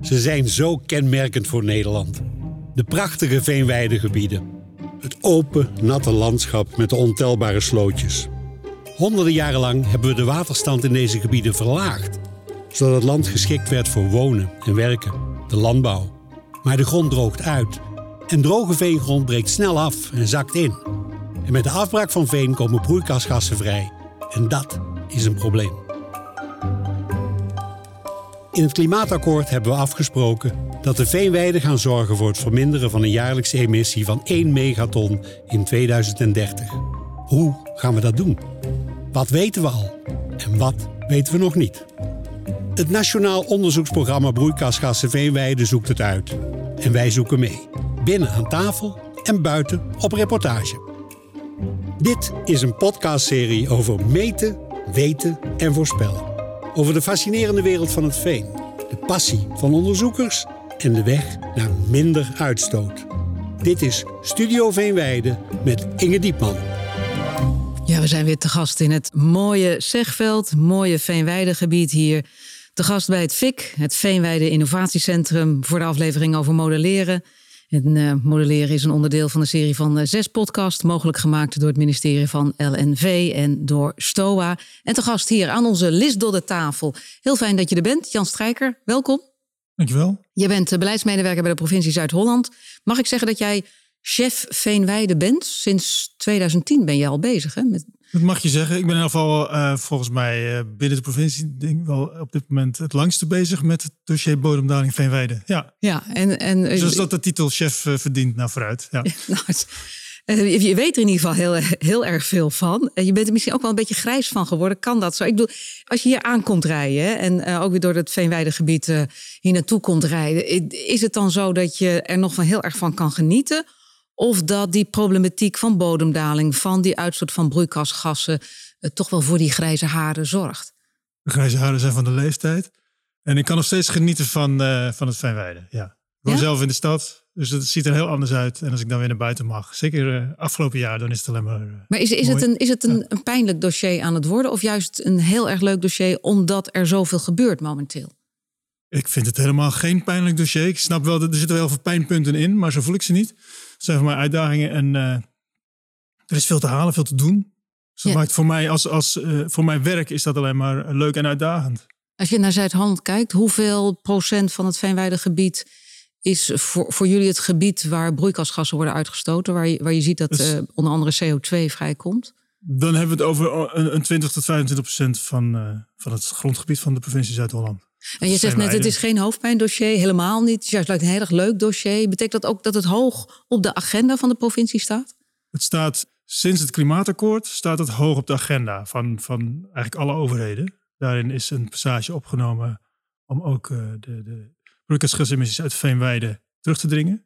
Ze zijn zo kenmerkend voor Nederland. De prachtige veenweidegebieden. Het open, natte landschap met de ontelbare slootjes. Honderden jaren lang hebben we de waterstand in deze gebieden verlaagd, zodat het land geschikt werd voor wonen en werken, de landbouw. Maar de grond droogt uit en droge veengrond breekt snel af en zakt in. En met de afbraak van veen komen broeikasgassen vrij. En dat is een probleem. In het klimaatakkoord hebben we afgesproken dat de veenweiden gaan zorgen voor het verminderen van een jaarlijkse emissie van 1 megaton in 2030. Hoe gaan we dat doen? Wat weten we al en wat weten we nog niet? Het Nationaal Onderzoeksprogramma Broeikasgassen Veenweiden zoekt het uit. En wij zoeken mee. Binnen aan tafel en buiten op reportage. Dit is een podcastserie over meten, weten en voorspellen. Over de fascinerende wereld van het veen. De passie van onderzoekers en de weg naar minder uitstoot. Dit is Studio Veenweide met Inge Diepman. Ja, we zijn weer te gast in het mooie Zegveld, mooie veenweidegebied hier. Te gast bij het VIC, het Veenweide Innovatiecentrum, voor de aflevering over modelleren. En modelleren is een onderdeel van een serie van 6 podcasts, mogelijk gemaakt door het ministerie van LNV en door STOA. En te gast hier aan onze Lisdodde-tafel. Heel fijn dat je er bent, Jan Strijker, welkom. Dankjewel. Je bent beleidsmedewerker bij de provincie Zuid-Holland. Mag ik zeggen dat jij chef Veenweide bent? Sinds 2010 ben je al bezig, hè? Dat mag je zeggen. Ik ben in ieder geval volgens mij binnen de provincie wel op dit moment het langste bezig met het dossier bodemdaling Veenweide. Ja, en dus dat de titel chef verdient naar vooruit. Ja. Je weet er in ieder geval heel erg veel van. Je bent er misschien ook wel een beetje grijs van geworden. Kan dat zo? Ik bedoel, als je hier aankomt rijden en ook weer door het Veenweidegebied hier naartoe komt rijden, is het dan zo dat je er nog van heel erg van kan genieten? Of dat die problematiek van bodemdaling, van die uitstoot van broeikasgassen, toch wel voor die grijze haren zorgt? De grijze haren zijn van de leeftijd. En ik kan nog steeds genieten van het Veenweide. Ja. Ik woon zelf in de stad, dus het ziet er heel anders uit. En als ik dan weer naar buiten mag, zeker afgelopen jaar, dan is het alleen maar Maar is het een pijnlijk dossier aan het worden? Of juist een heel erg leuk dossier omdat er zoveel gebeurt momenteel? Ik vind het helemaal geen pijnlijk dossier. Ik snap wel dat er zitten wel heel veel pijnpunten in, maar zo voel ik ze niet. Het zijn voor mij uitdagingen en er is veel te halen, veel te doen. Dus dat maakt voor mij voor mijn werk is dat alleen maar leuk en uitdagend. Als je naar Zuid-Holland kijkt, hoeveel procent van het Veenweidegebied is voor jullie het gebied waar broeikasgassen worden uitgestoten, waar je ziet dat dus, onder andere CO2 vrijkomt? Dan hebben we het over een 20 tot 25% van het grondgebied van de provincie Zuid-Holland. En je zegt net, het is geen hoofdpijndossier, helemaal niet. Het is juist een heel erg leuk dossier. Betekent dat ook dat het hoog op de agenda van de provincie staat? Het staat sinds het klimaatakkoord staat het hoog op de agenda van eigenlijk alle overheden. Daarin is een passage opgenomen om ook de broeikasgasemissies uit Veenweide terug te dringen.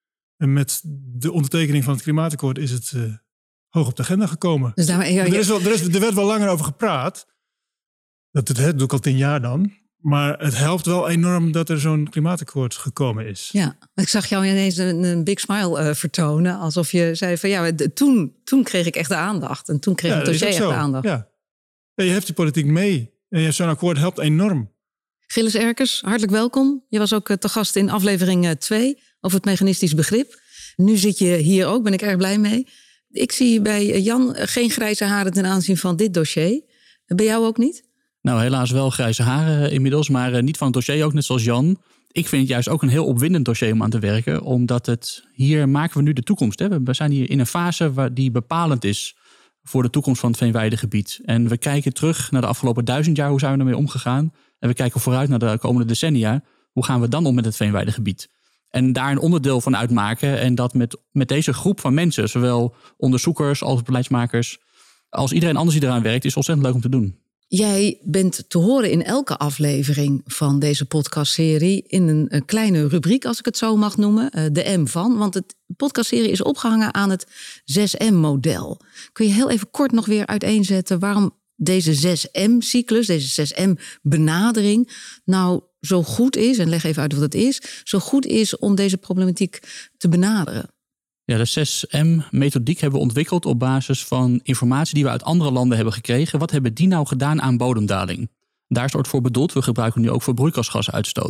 En met de ondertekening van het klimaatakkoord is het hoog op de agenda gekomen. Dus er werd wel langer over gepraat. Dat doe ik al 10 jaar dan. Maar het helpt wel enorm dat er zo'n klimaatakkoord gekomen is. Ja, ik zag jou ineens een big smile vertonen. Alsof je zei van ja, toen kreeg ik echt de aandacht. En toen kreeg het dossier echt de aandacht. Ja, je hebt die politiek mee. En zo'n akkoord helpt enorm. Gilles Erkers, hartelijk welkom. Je was ook te gast in aflevering 2 over het mechanistisch begrip. Nu zit je hier ook, ben ik erg blij mee. Ik zie bij Jan geen grijze haren ten aanzien van dit dossier. Bij jou ook niet? Nou, helaas wel grijze haren inmiddels, maar niet van het dossier, ook net zoals Jan. Ik vind het juist ook een heel opwindend dossier om aan te werken, omdat hier maken we nu de toekomst. Hè. We zijn hier in een fase die bepalend is voor de toekomst van het Veenweidegebied. En we kijken terug naar de afgelopen 1000 jaar, hoe zijn we ermee omgegaan? En we kijken vooruit naar de komende decennia, hoe gaan we dan om met het Veenweidegebied? En daar een onderdeel van uitmaken en dat met deze groep van mensen, zowel onderzoekers als beleidsmakers, als iedereen anders die eraan werkt, is ontzettend leuk om te doen. Jij bent te horen in elke aflevering van deze podcastserie in een kleine rubriek, als ik het zo mag noemen, de M van. Want de podcastserie is opgehangen aan het 6M-model. Kun je heel even kort nog weer uiteenzetten waarom deze 6M-cyclus, deze 6M-benadering nou zo goed is, en leg even uit wat het is, zo goed is om deze problematiek te benaderen? Ja, de 6M-methodiek hebben we ontwikkeld op basis van informatie die we uit andere landen hebben gekregen. Wat hebben die nou gedaan aan bodemdaling? Daar is het voor bedoeld. We gebruiken nu ook voor broeikasgasuitstoot.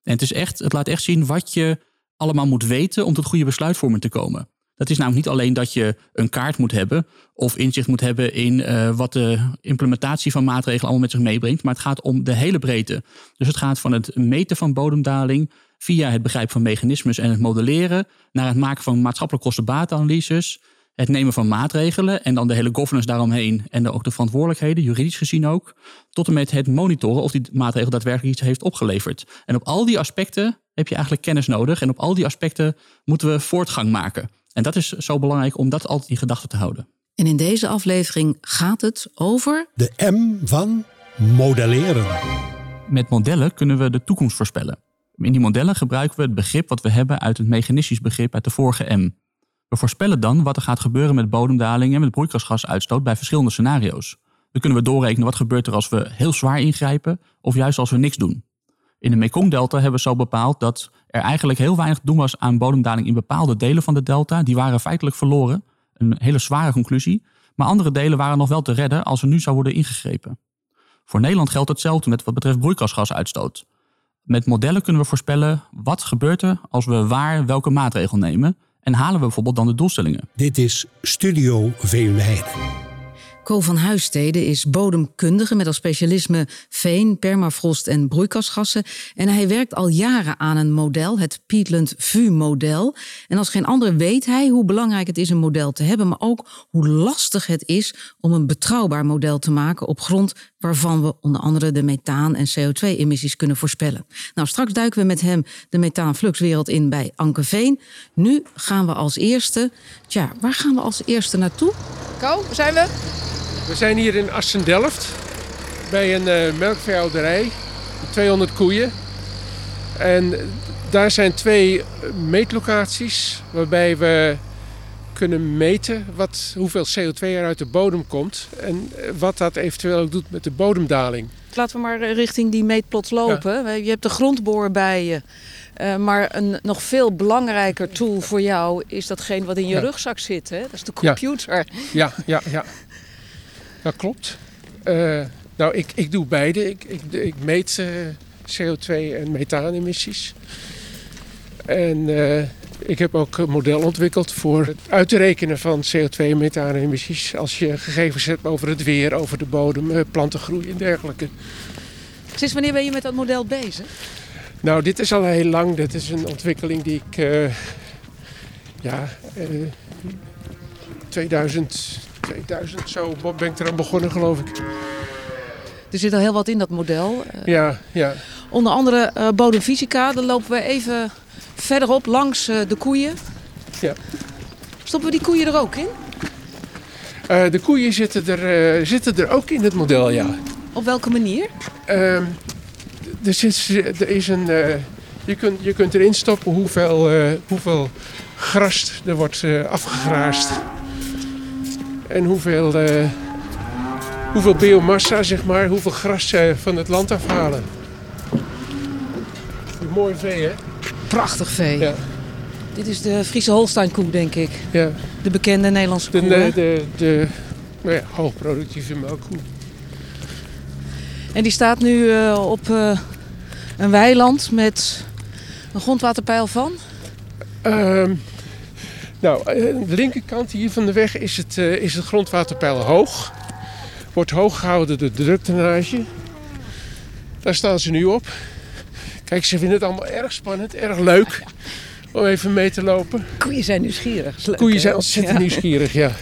En het laat echt zien wat je allemaal moet weten om tot goede besluitvorming te komen. Dat is namelijk niet alleen dat je een kaart moet hebben of inzicht moet hebben in wat de implementatie van maatregelen allemaal met zich meebrengt. Maar het gaat om de hele breedte. Dus het gaat van het meten van bodemdaling via het begrijpen van mechanismes en het modelleren naar het maken van maatschappelijke kosten-batenanalyses, het nemen van maatregelen en dan de hele governance daaromheen en ook de verantwoordelijkheden, juridisch gezien ook, tot en met het monitoren of die maatregel daadwerkelijk iets heeft opgeleverd. En op al die aspecten heb je eigenlijk kennis nodig en op al die aspecten moeten we voortgang maken. En dat is zo belangrijk om dat altijd in gedachten te houden. En in deze aflevering gaat het over de M van modelleren. Met modellen kunnen we de toekomst voorspellen. In die modellen gebruiken we het begrip wat we hebben uit het mechanistisch begrip uit de vorige M. We voorspellen dan wat er gaat gebeuren met bodemdaling en met broeikasgasuitstoot bij verschillende scenario's. Dan kunnen we doorrekenen wat gebeurt er als we heel zwaar ingrijpen of juist als we niks doen. In de Mekongdelta hebben we zo bepaald dat er eigenlijk heel weinig te doen was aan bodemdaling in bepaalde delen van de delta. Die waren feitelijk verloren. Een hele zware conclusie. Maar andere delen waren nog wel te redden als er nu zou worden ingegrepen. Voor Nederland geldt hetzelfde met wat betreft broeikasgasuitstoot. Met modellen kunnen we voorspellen wat gebeurt er als we waar welke maatregel nemen. En halen we bijvoorbeeld dan de doelstellingen. Dit is Studio Veenweide. Co van Huistede is bodemkundige met als specialisme veen, permafrost en broeikasgassen. En hij werkt al jaren aan een model, het Peatland VU-model. En als geen ander weet hij hoe belangrijk het is een model te hebben, maar ook hoe lastig het is om een betrouwbaar model te maken op grond waarvan we onder andere de methaan- en CO2-emissies kunnen voorspellen. Nou, straks duiken we met hem de methaanfluxwereld in bij Anke Veen. Nu gaan we als eerste... waar gaan we als eerste naartoe? Co, waar zijn we? We zijn hier in Assen-Delft bij een melkveehouderij, 200 koeien. En daar zijn 2 meetlocaties waarbij we kunnen meten hoeveel CO2 er uit de bodem komt en wat dat eventueel ook doet met de bodemdaling. Laten we maar richting die meetplots lopen. Ja. Je hebt de grondboor bij je. Maar een nog veel belangrijker tool voor jou is datgene wat in je rugzak zit. Hè? Dat is de computer. Ja. Dat klopt. Ik doe beide. Ik meet CO2 en methaanemissies. En ik heb ook een model ontwikkeld voor het uit te rekenen van CO2 en methaanemissies. Als je gegevens hebt over het weer, over de bodem, plantengroei en dergelijke. Sinds wanneer ben je met dat model bezig? Nou, dit is al heel lang. Dit is een ontwikkeling die ik 2000 zo ben ik eraan begonnen, geloof ik. Er zit al heel wat in dat model. Ja. Onder andere bodemfysica. Dan lopen we even verderop langs de koeien. Ja. Stoppen we die koeien er ook in? De koeien zitten er ook in het model, ja. Op welke manier? Je kunt erin stoppen hoeveel gras er wordt afgegraasd. En hoeveel biomassa, zeg maar, hoeveel gras van het land afhalen. Een mooi vee, hè? Prachtig vee. Ja. Dit is de Friese Holsteinkoe, denk ik. Ja. De bekende Nederlandse koe. De hoogproductieve melkkoe. En die staat nu op een weiland met een grondwaterpeil van? Aan de linkerkant hier van de weg is het grondwaterpeil hoog. Wordt hoog gehouden door de drukdrainage. Daar staan ze nu op. Kijk, ze vinden het allemaal erg spannend, erg leuk om even mee te lopen. Koeien zijn nieuwsgierig. Leuk, koeien zijn ontzettend nieuwsgierig, ja.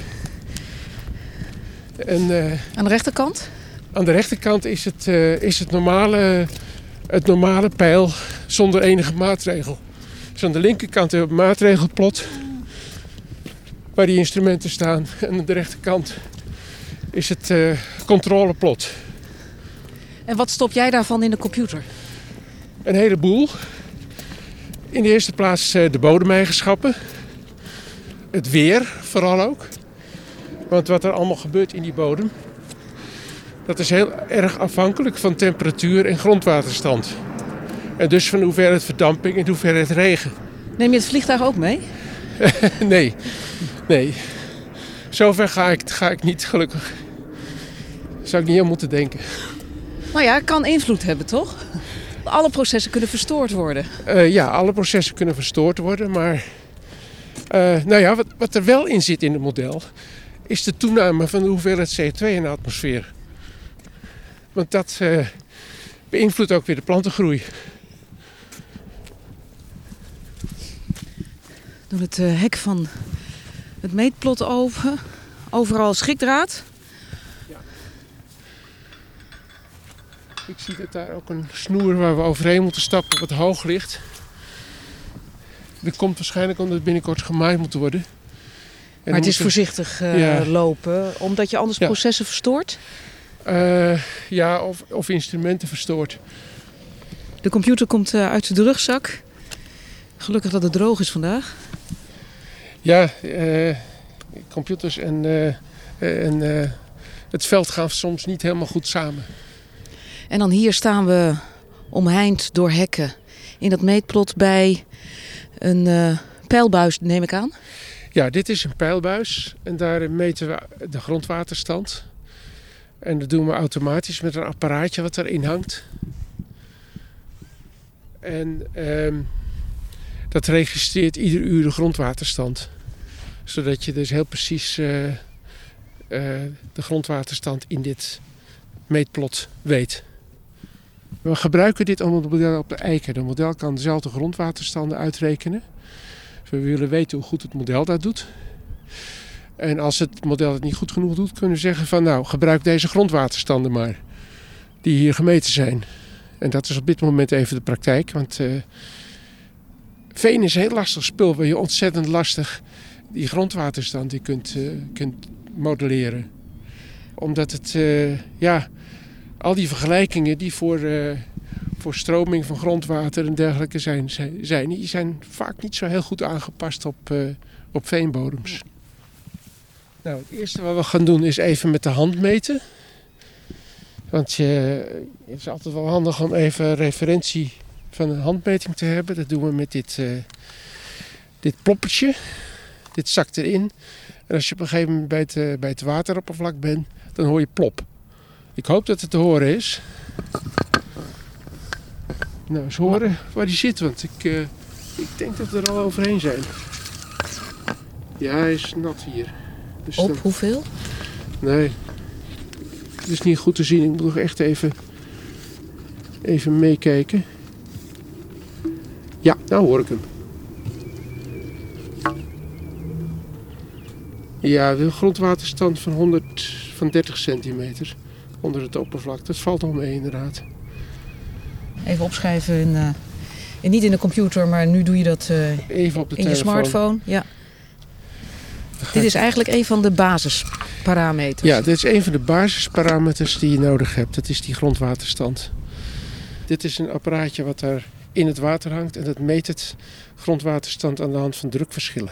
En, aan de rechterkant? Aan de rechterkant is het normale peil zonder enige maatregel. Dus aan de linkerkant hebben we een maatregelplot waar die instrumenten staan. En aan de rechterkant is het controleplot. En wat stop jij daarvan in de computer? Een heleboel. In de eerste plaats de bodemeigenschappen. Het weer vooral ook. Want wat er allemaal gebeurt in die bodem, dat is heel erg afhankelijk van temperatuur en grondwaterstand. En dus van de hoeveelheid verdamping en de hoeveelheid regen. Neem je het vliegtuig ook mee? Nee. Zover ga ik niet, gelukkig. Zou ik niet aan moeten denken. Nou ja, het kan invloed hebben, toch? Alle processen kunnen verstoord worden. Ja, alle processen kunnen verstoord worden. Maar wat er wel in zit in het model, is de toename van de hoeveelheid CO2 in de atmosfeer. Want dat beïnvloedt ook weer de plantengroei. Doe het hek van het meetplot open. Overal schrikdraad. Ja. Ik zie dat daar ook een snoer waar we overheen moeten stappen wat hoog ligt. Dat komt waarschijnlijk omdat het binnenkort gemaaid moet worden. Maar het is voorzichtig lopen, omdat je anders processen verstoort? Of instrumenten verstoort. De computer komt uit de rugzak. Gelukkig dat het droog is vandaag. Ja, computers en het veld gaan soms niet helemaal goed samen. En dan hier staan we omheind door hekken in dat meetplot bij een peilbuis, neem ik aan. Ja, dit is een peilbuis en daar meten we de grondwaterstand. En dat doen we automatisch met een apparaatje wat erin hangt. En dat registreert ieder uur de grondwaterstand. Zodat je dus heel precies de grondwaterstand in dit meetplot weet. We gebruiken dit om het model op te eiken. Het model kan dezelfde grondwaterstanden uitrekenen. Dus we willen weten hoe goed het model dat doet. En als het model het niet goed genoeg doet, kunnen we zeggen van nou, gebruik deze grondwaterstanden maar. Die hier gemeten zijn. En dat is op dit moment even de praktijk. Want veen is een heel lastig spul waar je ontzettend lastig die grondwaterstand die kunt modelleren. Omdat het, al die vergelijkingen die voor stroming van grondwater en dergelijke zijn, die zijn vaak niet zo heel goed aangepast op veenbodems. Nou, het eerste wat we gaan doen is even met de hand meten. Want het is altijd wel handig om even referentie van een handmeting te hebben. Dat doen we met dit ploppertje. Dit zakt erin. En als je op een gegeven moment bij het wateroppervlak bent, dan hoor je plop. Ik hoop dat het te horen is. Nou, eens horen waar die zit, want ik denk dat we er al overheen zijn. Ja, hij is nat hier. Dus hoeveel? Nee, het is niet goed te zien. Ik moet nog echt even meekijken. Ja, nou hoor ik hem. Ja, de grondwaterstand van 30 centimeter onder het oppervlak. Dat valt nog mee inderdaad. Even opschrijven, niet in de computer, maar nu doe je dat even op de in telefoon. Je smartphone. Ja. Dit is eigenlijk een van de basisparameters. Ja, dit is een van de basisparameters die je nodig hebt. Dat is die grondwaterstand. Dit is een apparaatje wat daar in het water hangt en dat meet het grondwaterstand aan de hand van drukverschillen.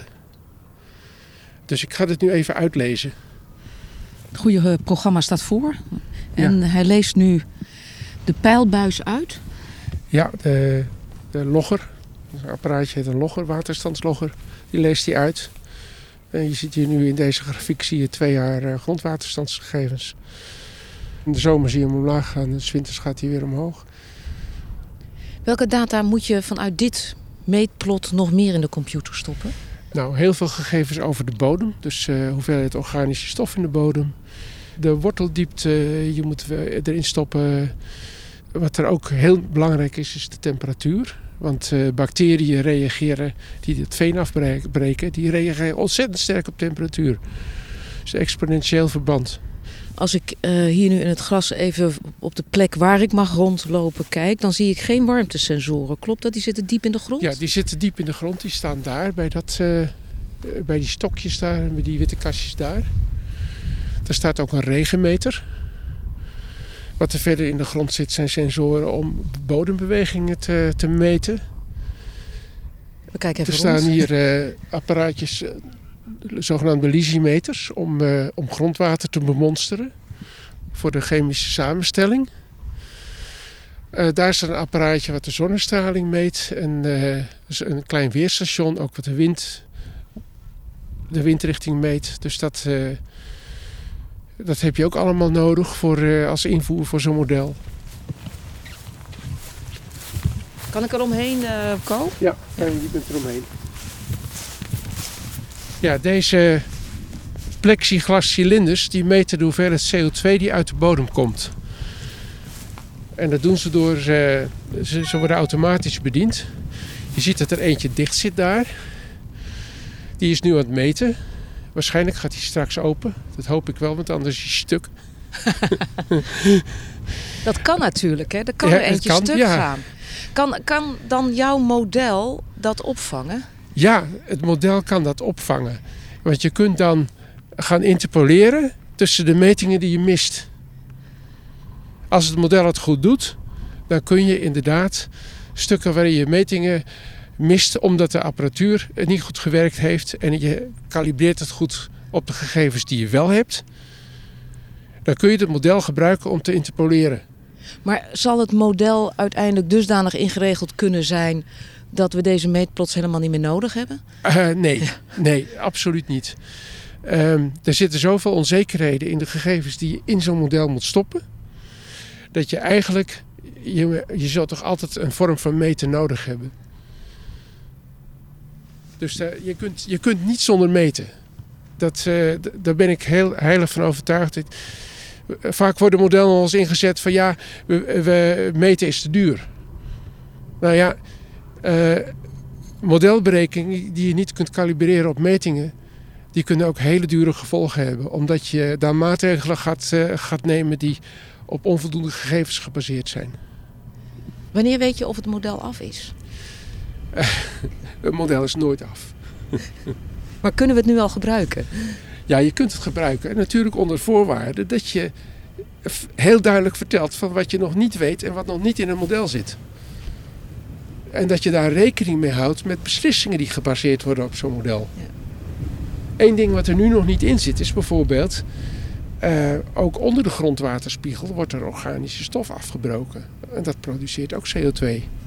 Dus ik ga dit nu even uitlezen. Het goede programma staat voor. En hij leest nu de peilbuis uit. Ja, de logger. Het apparaatje heet een logger, waterstandslogger. Die leest hij uit. En je ziet hier nu in deze grafiek 2 jaar grondwaterstandsgegevens. In de zomer zie je hem omlaag gaan en 's winters gaat hij weer omhoog. Welke data moet je vanuit dit meetplot nog meer in de computer stoppen? Nou, heel veel gegevens over de bodem. Dus hoeveelheid organische stof in de bodem. De worteldiepte, je moet erin stoppen. Wat er ook heel belangrijk is de temperatuur. Want bacteriën reageren, die het veen afbreken, die reageren ontzettend sterk op temperatuur. Het is een exponentieel verband. Als ik hier nu in het gras even op de plek waar ik mag rondlopen kijk, dan zie ik geen warmtesensoren. Klopt dat? Die zitten diep in de grond? Ja, die zitten diep in de grond. Die staan daar, bij die stokjes daar en bij die witte kastjes daar. Daar staat ook een regenmeter. Wat er verder in de grond zit zijn sensoren om bodembewegingen te meten. We kijken even er staan hier apparaatjes, zogenaamde lysimeters, om grondwater te bemonsteren voor de chemische samenstelling. Daar is een apparaatje wat de zonnestraling meet en een klein weerstation, ook wat de windrichting meet. Dus dat heb je ook allemaal nodig als invoer voor zo'n model. Kan ik er omheen, Ko? Ja, je bent er omheen. Ja, deze plexiglas cilinders die meten de hoeveelheid CO2 die uit de bodem komt. En dat doen ze door... Ze worden automatisch bediend. Je ziet dat er eentje dicht zit daar. Die is nu aan het meten. Waarschijnlijk gaat hij straks open. Dat hoop ik wel, want anders is hij stuk. Dat kan natuurlijk, hè? Er kan er eentje stuk gaan. Kan dan jouw model dat opvangen? Ja, het model kan dat opvangen. Want je kunt dan gaan interpoleren tussen de metingen die je mist. Als het model het goed doet, dan kun je inderdaad stukken waarin je metingen mist omdat de apparatuur niet goed gewerkt heeft en je kalibreert het goed op de gegevens die je wel hebt, dan kun je het model gebruiken om te interpoleren. Maar zal het model uiteindelijk dusdanig ingeregeld kunnen zijn dat we deze meetplots helemaal niet meer nodig hebben? Nee, absoluut niet. Er zitten zoveel onzekerheden in de gegevens die je in zo'n model moet stoppen, dat je eigenlijk, je zult toch altijd een vorm van meten nodig hebben. Dus je kunt niet zonder meten. Daar ben ik heilig van overtuigd. Vaak worden modellen al eens ingezet van we meten is te duur. Nou ja, modelberekeningen die je niet kunt kalibreren op metingen, die kunnen ook hele dure gevolgen hebben. Omdat je daar maatregelen gaat nemen die op onvoldoende gegevens gebaseerd zijn. Wanneer weet je of het model af is? Het model is nooit af. Maar kunnen we het nu al gebruiken? Ja, je kunt het gebruiken. En natuurlijk onder voorwaarde dat je heel duidelijk vertelt van wat je nog niet weet en wat nog niet in het model zit. En dat je daar rekening mee houdt met beslissingen die gebaseerd worden op zo'n model. Ja. Eén ding wat er nu nog niet in zit is bijvoorbeeld, ook onder de grondwaterspiegel wordt er organische stof afgebroken. En dat produceert ook CO2.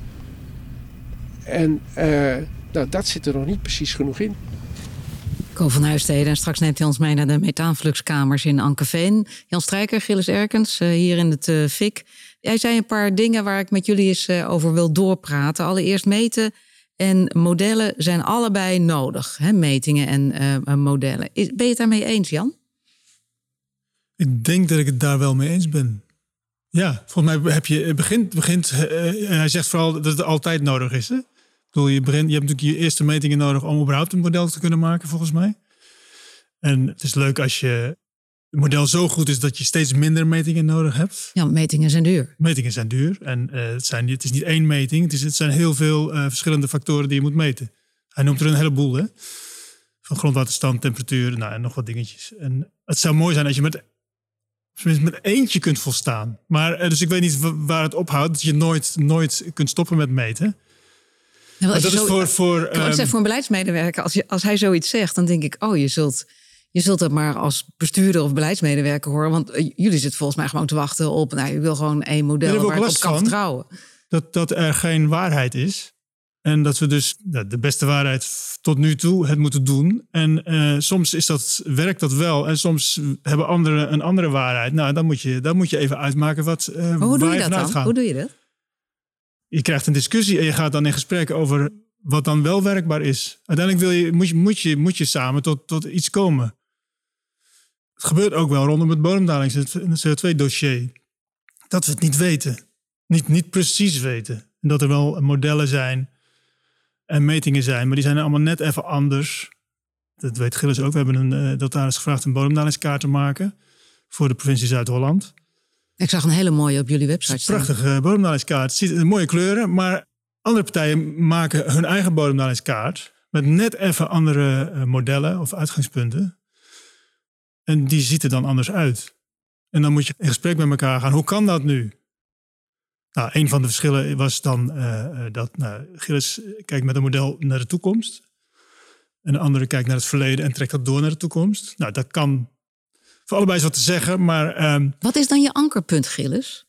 En dat zit er nog niet precies genoeg in. Ko van Huisteden. En straks neemt hij ons mee naar de methaanfluxkamers in Ankeveen. Jan Strijker, Gilles Erkens, hier in het FIK. Jij zei een paar dingen waar ik met jullie eens over wil doorpraten. Allereerst meten en modellen zijn allebei nodig. Hè? Metingen en modellen. Ben je het daarmee eens, Jan? Ik denk dat ik het daar wel mee eens ben. Ja, volgens mij begint hij zegt vooral dat het altijd nodig is. Hè? Ik bedoel, je hebt natuurlijk je eerste metingen nodig om überhaupt een model te kunnen maken, volgens mij. En het is leuk als je het model zo goed is dat je steeds minder metingen nodig hebt. Ja, metingen zijn duur. Metingen zijn duur. En het is niet één meting. Het zijn heel veel verschillende factoren die je moet meten. Hij noemt er een heleboel. Hè? Van grondwaterstand, temperatuur, en nog wat dingetjes. En het zou mooi zijn als je met eentje kunt volstaan. Maar dus ik weet niet waar het ophoudt. Dat je nooit kunt stoppen met meten. Ja, dat is voor een beleidsmedewerker. Als hij zoiets zegt, dan denk ik, je zult het maar als bestuurder of beleidsmedewerker horen. Want jullie zitten volgens mij gewoon te wachten op, je wil gewoon één model waar ik op kan vertrouwen. Dat er geen waarheid is. En dat we dus de beste waarheid tot nu toe het moeten doen. En soms werkt dat wel. En soms hebben anderen een andere waarheid. Nou, dan moet je even uitmaken waar je vanuit gaat. Hoe doe je dat? Je krijgt een discussie en je gaat dan in gesprek over wat dan wel werkbaar is. Uiteindelijk moet je samen tot iets komen. Het gebeurt ook wel rondom het bodemdalings- en het CO2-dossier. Dat we het niet weten. Niet precies weten. En dat er wel modellen zijn en metingen zijn, maar die zijn allemaal net even anders. Dat weet Gilles ook. We hebben een notaris gevraagd een bodemdalingskaart te maken voor de provincie Zuid-Holland. Ik zag een hele mooie op jullie website staan. Prachtige bodemdalingskaart. Het ziet mooie kleuren, maar andere partijen maken hun eigen bodemdalingskaart met net even andere modellen of uitgangspunten. En die ziet er dan anders uit. En dan moet je in gesprek met elkaar gaan. Hoe kan dat nu? Nou, een van de verschillen was dan dat Gilles kijkt met een model naar de toekomst. En de andere kijkt naar het verleden en trekt dat door naar de toekomst. Nou, dat kan voor allebei is wat te zeggen, maar... Wat is dan je ankerpunt, Gilles?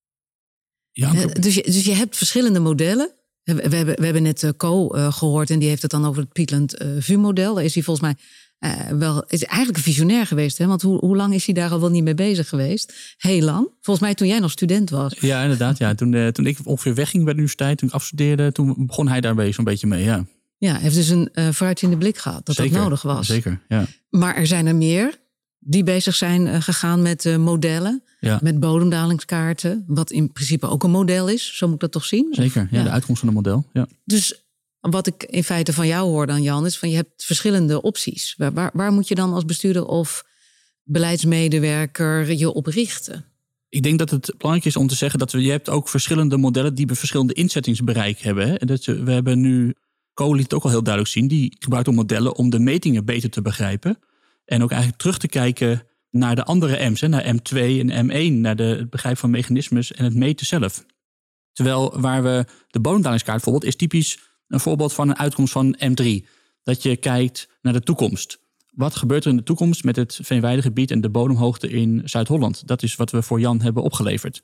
Dus je hebt verschillende modellen. We hebben net Ko gehoord en die heeft het dan over het Pietland VU-model. Daar is hij volgens mij is eigenlijk een visionair geweest. Hè? Want hoe lang is hij daar al wel niet mee bezig geweest? Heel lang. Volgens mij toen jij nog student was. Ja, inderdaad. Ja. Toen ik ongeveer wegging bij de universiteit, toen ik afstudeerde, toen begon hij daar zo'n beetje mee. Ja. Ja, hij heeft dus een vooruitziende blik gehad dat Zeker, dat nodig was. Zeker, ja. Maar er zijn er meer die bezig zijn gegaan met modellen. Ja. Met bodemdalingskaarten. Wat in principe ook een model is. Zo moet ik dat toch zien? Zeker, ja, de uitkomst van een model. Ja. Dus wat ik in feite van jou hoor dan, Jan, is van je hebt verschillende opties. Waar moet je dan als bestuurder of beleidsmedewerker je op richten? Ik denk dat het belangrijk is om te zeggen dat je hebt ook verschillende modellen die verschillende inzettingsbereik hebben. Hè? En we hebben nu, Co liet het ook al heel duidelijk zien, die gebruikt modellen om de metingen beter te begrijpen. En ook eigenlijk terug te kijken naar de andere M's, hè, naar M2 en M1, naar het begrijp van mechanismes en het meten zelf. Terwijl waar we de bodemdalingskaart bijvoorbeeld is typisch een voorbeeld van een uitkomst van M3. Dat je kijkt naar de toekomst. Wat gebeurt er in de toekomst met het veenweidegebied en de bodemhoogte in Zuid-Holland? Dat is wat we voor Jan hebben opgeleverd.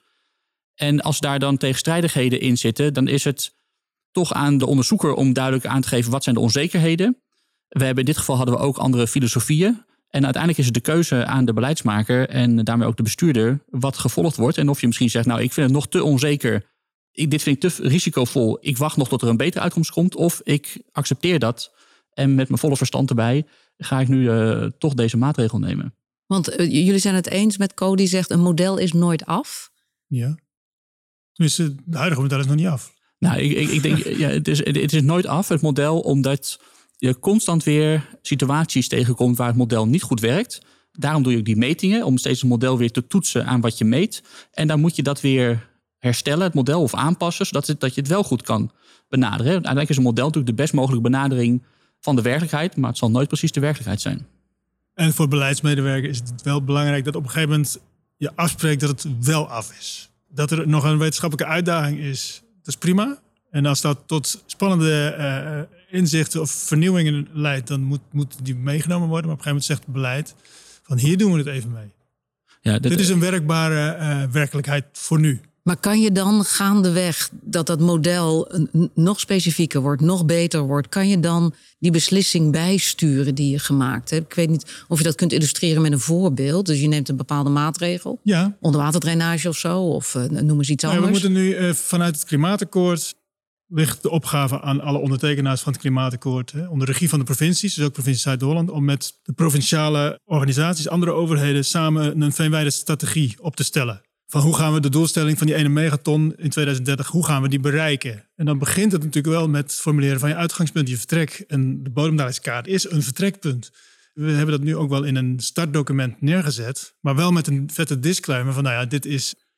En als daar dan tegenstrijdigheden in zitten, dan is het toch aan de onderzoeker om duidelijk aan te geven wat zijn de onzekerheden. In dit geval hadden we ook andere filosofieën. En uiteindelijk is het de keuze aan de beleidsmaker en daarmee ook de bestuurder wat gevolgd wordt. En of je misschien zegt, nou, ik vind het nog te onzeker. Dit vind ik te risicovol. Ik wacht nog tot er een betere uitkomst komt. Of ik accepteer dat. En met mijn volle verstand erbij ga ik nu toch deze maatregel nemen. Want jullie zijn het eens met Co die zegt, een model is nooit af. Ja. Tenminste, de huidige model is nog niet af. Nou, ik denk, ja, het is nooit af, het model, omdat je constant weer situaties tegenkomt waar het model niet goed werkt. Daarom doe je ook die metingen, om steeds het model weer te toetsen aan wat je meet. En dan moet je dat weer herstellen, het model, of aanpassen, zodat je het wel goed kan benaderen. Uiteindelijk is een model natuurlijk de best mogelijke benadering van de werkelijkheid, maar het zal nooit precies de werkelijkheid zijn. En voor beleidsmedewerkers is het wel belangrijk dat op een gegeven moment je afspreekt dat het wel af is. Dat er nog een wetenschappelijke uitdaging is, dat is prima. En als dat tot spannende inzichten of vernieuwingen leidt, dan moet die meegenomen worden. Maar op een gegeven moment zegt het beleid van hier doen we het even mee. Ja, dit is een werkbare werkelijkheid voor nu. Maar kan je dan gaandeweg dat model nog specifieker wordt, nog beter wordt, kan je dan die beslissing bijsturen die je gemaakt hebt? Ik weet niet of je dat kunt illustreren met een voorbeeld. Dus je neemt een bepaalde maatregel, ja. Onderwaterdrainage of zo, of noem eens iets anders. We moeten nu vanuit het klimaatakkoord ligt de opgave aan alle ondertekenaars van het klimaatakkoord, onder regie van de provincies, dus ook provincie Zuid-Holland, om met de provinciale organisaties, andere overheden, samen een veenweidestrategie op te stellen. Van hoe gaan we de doelstelling van die 1 megaton in 2030, hoe gaan we die bereiken? En dan begint het natuurlijk wel met het formuleren van je uitgangspunt, je vertrek. En de bodemdalingskaart is een vertrekpunt. We hebben dat nu ook wel in een startdocument neergezet, maar wel met een vette disclaimer van, nou ja, dit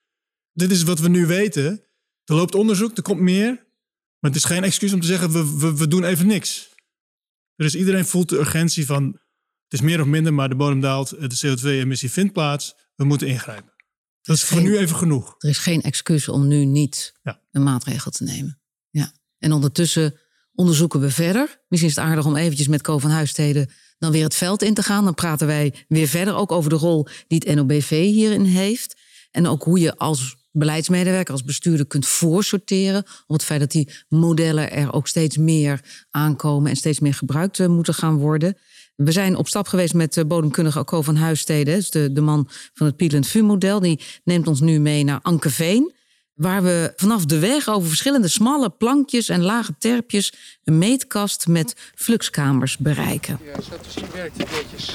is wat we nu weten. Er loopt onderzoek, er komt meer, maar het is geen excuus om te zeggen, we doen even niks. Dus iedereen voelt de urgentie van, het is meer of minder, maar de bodem daalt, de CO2-emissie vindt plaats, we moeten ingrijpen. Dat is voor nu even genoeg. Er is geen excuus om nu niet een maatregel te nemen. Ja. En ondertussen onderzoeken we verder. Misschien is het aardig om eventjes met Co van Huisteden dan weer het veld in te gaan. Dan praten wij weer verder ook over de rol die het NOBV hierin heeft. En ook hoe je als beleidsmedewerker, als bestuurder kunt voorsorteren op het feit dat die modellen er ook steeds meer aankomen en steeds meer gebruikt moeten gaan worden. We zijn op stap geweest met bodemkundige Co van Huisteden, dus de man van het Piel & VU-model. Die neemt ons nu mee naar Ankeveen, waar we vanaf de weg over verschillende smalle plankjes en lage terpjes een meetkast met fluxkamers bereiken. Ja, zo te zien werkt het netjes.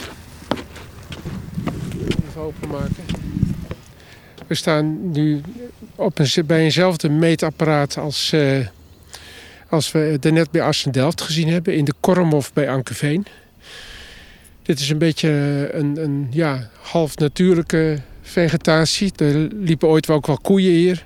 Even openmaken. We staan nu bij eenzelfde meetapparaat als we daarnet bij Assen-Delft gezien hebben, in de Korremhof bij Ankeveen. Dit is een beetje een half natuurlijke vegetatie. Er liepen ooit ook wel koeien hier.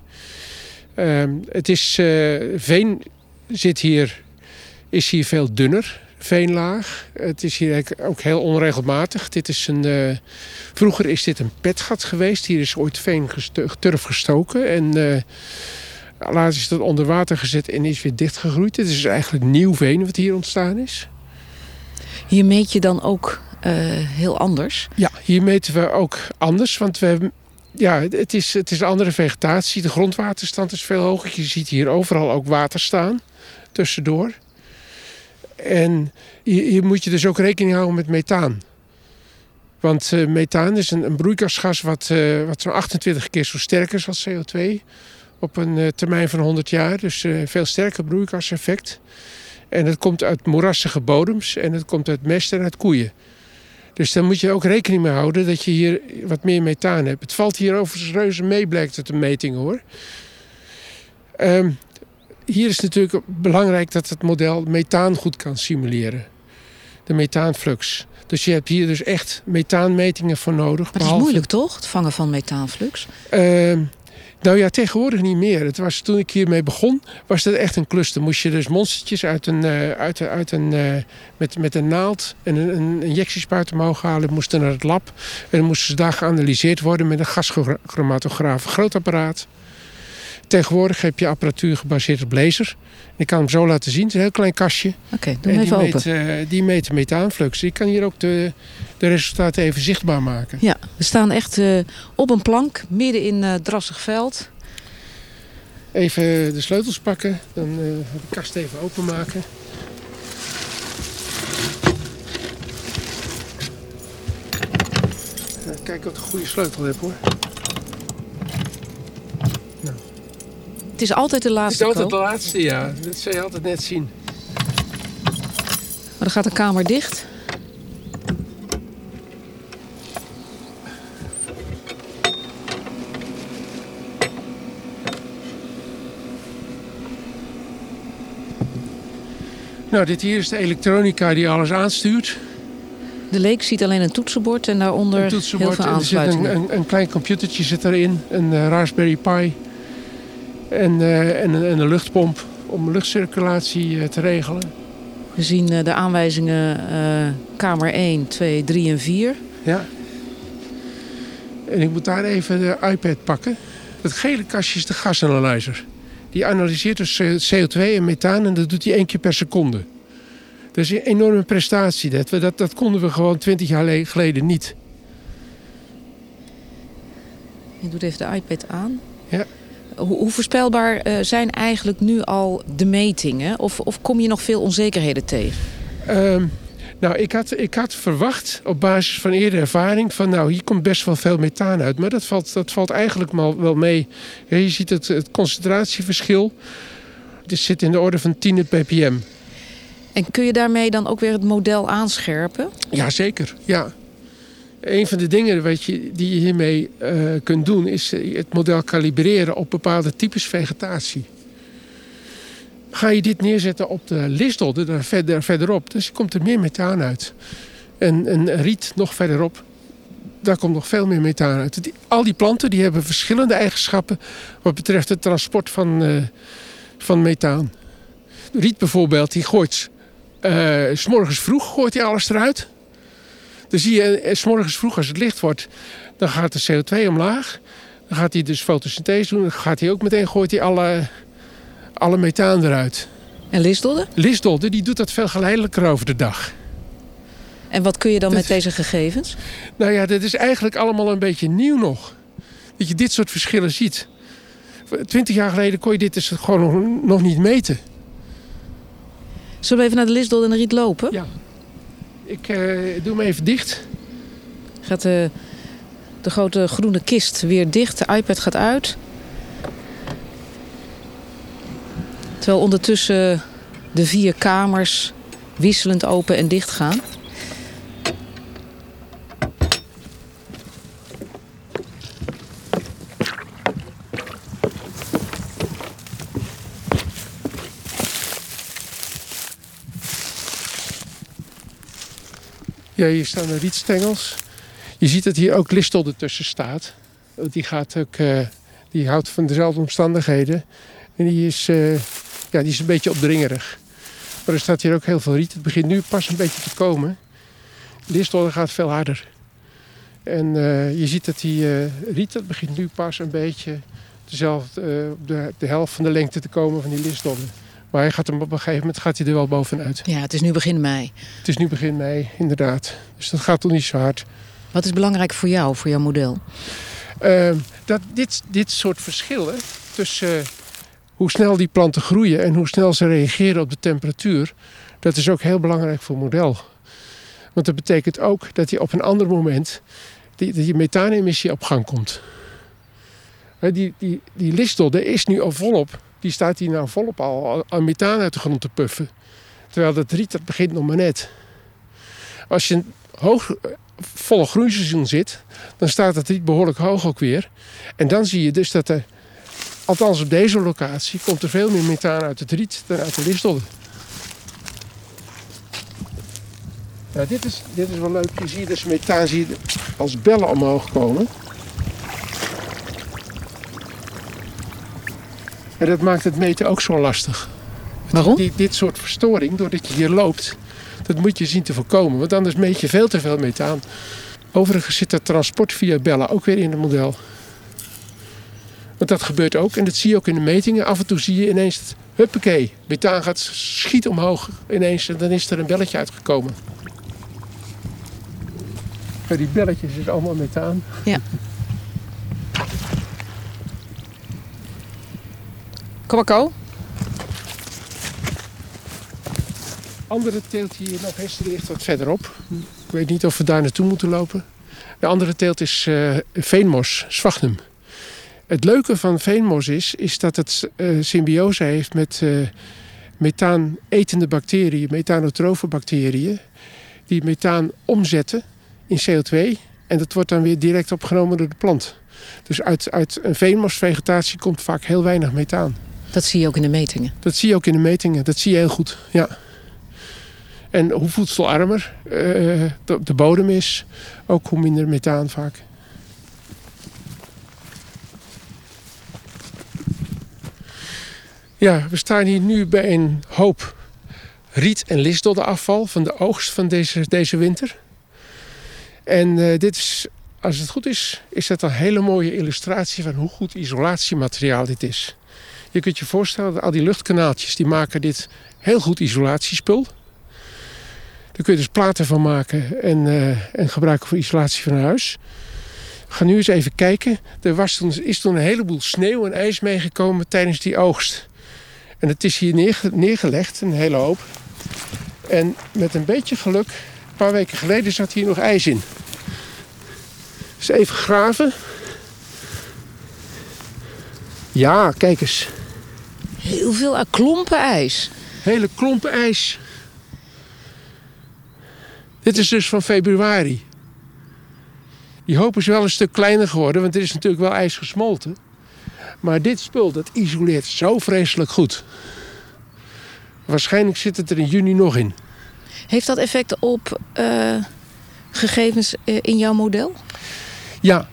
Veen is hier veel dunner, veenlaag. Het is hier ook heel onregelmatig. Vroeger is dit een petgat geweest. Hier is ooit turf gestoken. En later is dat onder water gezet en is weer dichtgegroeid. Het is eigenlijk nieuw veen wat hier ontstaan is. Hier meet je dan ook heel anders? Ja, hier meten we ook anders. Want het is een andere vegetatie. De grondwaterstand is veel hoger. Je ziet hier overal ook water staan tussendoor. En hier moet je dus ook rekening houden met methaan. Want methaan is een broeikasgas wat zo'n 28 keer zo sterk is als CO2. Op een termijn van 100 jaar. Dus veel sterker broeikaseffect. En het komt uit moerassige bodems en het komt uit mest en uit koeien. Dus daar moet je ook rekening mee houden dat je hier wat meer methaan hebt. Het valt hier overigens reuze mee, blijkt uit de metingen hoor. Hier is natuurlijk belangrijk dat het model methaan goed kan simuleren. De methaanflux. Dus je hebt hier dus echt methaanmetingen voor nodig. Maar dat is moeilijk toch, het vangen van methaanflux? Nou ja, tegenwoordig niet meer. Het was, toen ik hiermee begon, was dat echt een klus. Dan moest je dus monstertjes met een naald en een injectiespuit omhoog halen. Moesten naar het lab. En dan moesten ze daar geanalyseerd worden met een gaschromatograaf. Een groot apparaat. Tegenwoordig heb je apparatuur gebaseerd op laser. Ik kan hem zo laten zien. Het is een heel klein kastje. Oké, doe hem even open. Die meet de methaanflux. Ik kan hier ook de resultaten even zichtbaar maken. Ja, we staan echt op een plank, midden in drassig veld. Even de sleutels pakken. Dan de kast even openmaken. Kijk of ik een goede sleutel heb hoor. Het is altijd de laatste. Het is altijd de laatste, ja. Dat zul je altijd net zien. Maar dan gaat de kamer dicht. Nou, dit hier is de elektronica die alles aanstuurt. De leek ziet alleen een toetsenbord en daaronder heel veel aansluitingen. Er zit een klein computertje zit erin, een Raspberry Pi en een luchtpomp om luchtcirculatie te regelen. We zien de aanwijzingen kamer 1, 2, 3 en 4. Ja. En ik moet daar even de iPad pakken. Dat gele kastje is de gasanalyzer. Die analyseert dus CO2 en methaan en dat doet hij 1 keer per seconde. Dat is een enorme prestatie. Dat konden we gewoon 20 jaar geleden niet. Je doet even de iPad aan. Ja. Hoe voorspelbaar zijn eigenlijk nu al de metingen? Of kom je nog veel onzekerheden tegen? Nou, ik had verwacht op basis van eerdere ervaring van nou, hier komt best wel veel methaan uit. Maar dat valt eigenlijk wel mee. Ja, je ziet het concentratieverschil. Het zit in de orde van 10 ppm. En kun je daarmee dan ook weer het model aanscherpen? Ja, zeker. Ja. Een van de dingen die je hiermee kunt doen is het model kalibreren op bepaalde types vegetatie. Ga je dit neerzetten op de listodde, daar verderop, dus komt er meer methaan uit. En riet nog verderop, daar komt nog veel meer methaan uit. Al die planten die hebben verschillende eigenschappen wat betreft het transport van methaan. Riet bijvoorbeeld, die gooit 's morgens vroeg gooit hij alles eruit. Dan zie je 's morgens vroeg als het licht wordt, dan gaat de CO2 omlaag. Dan gaat hij dus fotosynthese doen, dan gaat hij ook meteen gooit hij alle methaan eruit. En listodde? Listodde, die doet dat veel geleidelijker over de dag. En wat kun je dan met deze gegevens? Nou ja, dat is eigenlijk allemaal een beetje nieuw nog. Dat je dit soort verschillen ziet. 20 jaar geleden kon je dit dus gewoon nog niet meten. Zullen we even naar de listdodde en de riet lopen? Ja. Ik doe hem even dicht. Gaat de grote groene kist weer dicht. De iPad gaat uit. Terwijl ondertussen de 4 kamers wisselend open en dicht gaan. Ja, hier staan de rietstengels. Je ziet dat hier ook listodde tussen staat. Die houdt van dezelfde omstandigheden. En die is een beetje opdringerig. Maar er staat hier ook heel veel riet. Het begint nu pas een beetje te komen. Listodde gaat veel harder. En je ziet dat die riet, dat begint nu pas een beetje dezelfde, de helft van de lengte te komen van die listodde. Maar hij gaat hem op een gegeven moment er wel bovenuit. Ja, het is nu begin mei. Het is nu begin mei, inderdaad. Dus dat gaat toch niet zo hard. Wat is belangrijk voor jou, voor jouw model? Dat dit soort verschillen tussen hoe snel die planten groeien en hoe snel ze reageren op de temperatuur, Dat is ook heel belangrijk voor het model. Want dat betekent ook dat je op een ander moment die methaanemissie op gang komt. Die listdodder is nu al volop. Die staat hier nou volop al aan methaan uit de grond te puffen. Terwijl dat riet, dat begint nog maar net. Als je een volle groeiseizoen zit, dan staat het riet behoorlijk hoog ook weer. En dan zie je dus dat er, althans op deze locatie, komt er veel meer methaan uit het riet dan uit de listdodder. Nou, dit is wel leuk. Je ziet dus methaan als bellen omhoog komen. En dat maakt het meten ook zo lastig. Waarom? Dit soort verstoring, doordat je hier loopt, dat moet je zien te voorkomen. Want anders meet je veel te veel methaan. Overigens zit dat transport via bellen ook weer in het model. Want dat gebeurt ook en dat zie je ook in de metingen. Af en toe zie je ineens, huppakee, methaan gaat schiet omhoog ineens en dan is er een belletje uitgekomen. Bij die belletjes is allemaal methaan. Ja. Kom maar, Ko. Andere teelt hier nog eens, die ligt wat verderop. Ik weet niet of we daar naartoe moeten lopen. De andere teelt is veenmos, sphagnum. Het leuke van veenmos is dat het symbiose heeft met methaan-etende bacteriën, methanotrofe bacteriën, die methaan omzetten in CO2 en dat wordt dan weer direct opgenomen door de plant. Dus uit een veenmosvegetatie komt vaak heel weinig methaan. Dat zie je ook in de metingen? Dat zie je ook in de metingen, dat zie je heel goed, ja. En hoe voedselarmer de bodem is, ook hoe minder methaan vaak. Ja, we staan hier nu bij een hoop riet- en listdodderafval van de oogst van deze winter. En dit is, als het goed is dat een hele mooie illustratie van hoe goed isolatiemateriaal dit is. Je kunt je voorstellen dat al die luchtkanaaltjes die maken dit heel goed isolatiespul. Daar kun je dus platen van maken en gebruiken voor isolatie van een huis. We gaan nu eens even kijken. Er is toen een heleboel sneeuw en ijs meegekomen tijdens die oogst. En het is hier neergelegd, een hele hoop. En met een beetje geluk, een paar weken geleden zat hier nog ijs in. Dus even graven. Ja, kijk eens. Heel veel klompen ijs. Hele klompen ijs. Dit is dus van februari. Die hoop is wel een stuk kleiner geworden, want er is natuurlijk wel ijs gesmolten. Maar dit spul, dat isoleert zo vreselijk goed. Waarschijnlijk zit het er in juni nog in. Heeft dat effect op gegevens in jouw model? Ja.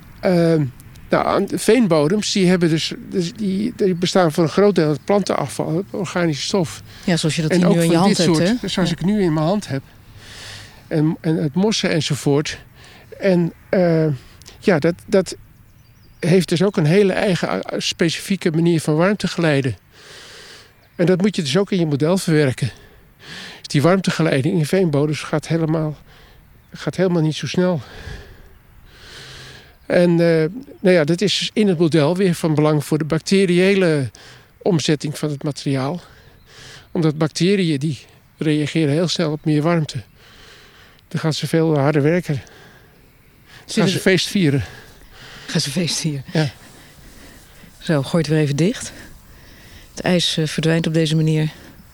De veenbodems die bestaan voor een groot deel uit plantenafval, organische stof. Ja, zoals je dat en nu in je hand hebt. Hè? Zoals ik nu in mijn hand heb. En het mossen enzovoort. En dat heeft dus ook een hele eigen specifieke manier van warmte geleiden. En dat moet je dus ook in je model verwerken. Dus die warmtegeleiding in veenbodems gaat helemaal niet zo snel. En dat is dus in het model weer van belang voor de bacteriële omzetting van het materiaal. Omdat bacteriën die reageren heel snel op meer warmte. Dan gaan ze veel harder werken. Dan gaan ze feest vieren. Gaan ze feest vieren? Ja. Zo, gooi het weer even dicht. Het ijs verdwijnt op deze manier.